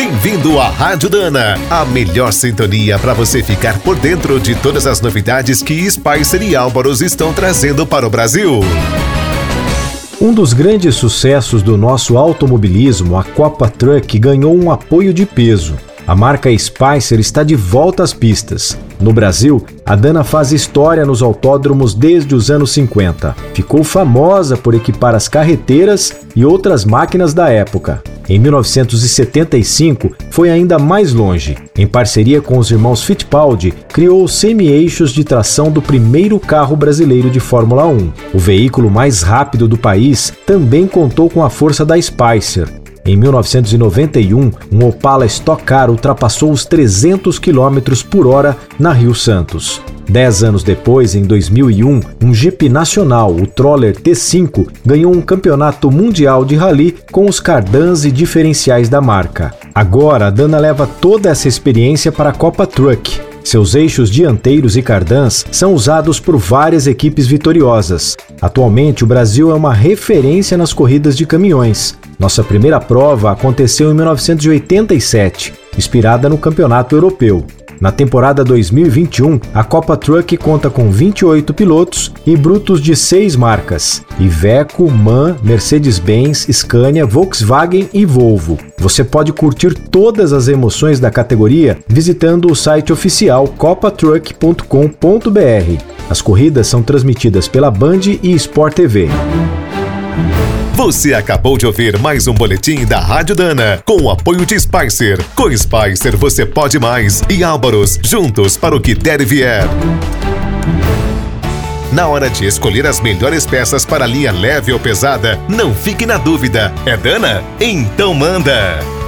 Bem-vindo à Rádio Dana, a melhor sintonia para você ficar por dentro de todas as novidades que Spicer e Álvaros estão trazendo para o Brasil. Um dos grandes sucessos do nosso automobilismo, a Copa Truck, ganhou um apoio de peso. A marca Spicer está de volta às pistas. No Brasil, a Dana faz história nos autódromos desde os anos 50. Ficou famosa por equipar as carreteiras e outras máquinas da época. Em 1975, foi ainda mais longe. Em parceria com os irmãos Fittipaldi, criou os semi-eixos de tração do primeiro carro brasileiro de Fórmula 1. O veículo mais rápido do país também contou com a força da Spicer. Em 1991, um Opala Stock Car ultrapassou os 300 km por hora na Rio Santos. 10 anos depois, em 2001, um Jeep nacional, o Troller T5, ganhou um campeonato mundial de rally com os cardans e diferenciais da marca. Agora, a Dana leva toda essa experiência para a Copa Truck. Seus eixos dianteiros e cardans são usados por várias equipes vitoriosas. Atualmente, o Brasil é uma referência nas corridas de caminhões. Nossa primeira prova aconteceu em 1987, inspirada no Campeonato Europeu. Na temporada 2021, a Copa Truck conta com 28 pilotos e brutos de 6 marcas: Iveco, MAN, Mercedes-Benz, Scania, Volkswagen e Volvo. Você pode curtir todas as emoções da categoria visitando o site oficial copatruck.com.br. As corridas são transmitidas pela Band e Sport TV. Você acabou de ouvir mais um boletim da Rádio Dana, com o apoio de Spicer. Com Spicer você pode mais e Álvaros, juntos para o que der e vier. Na hora de escolher as melhores peças para a linha leve ou pesada, não fique na dúvida. É Dana? Então manda!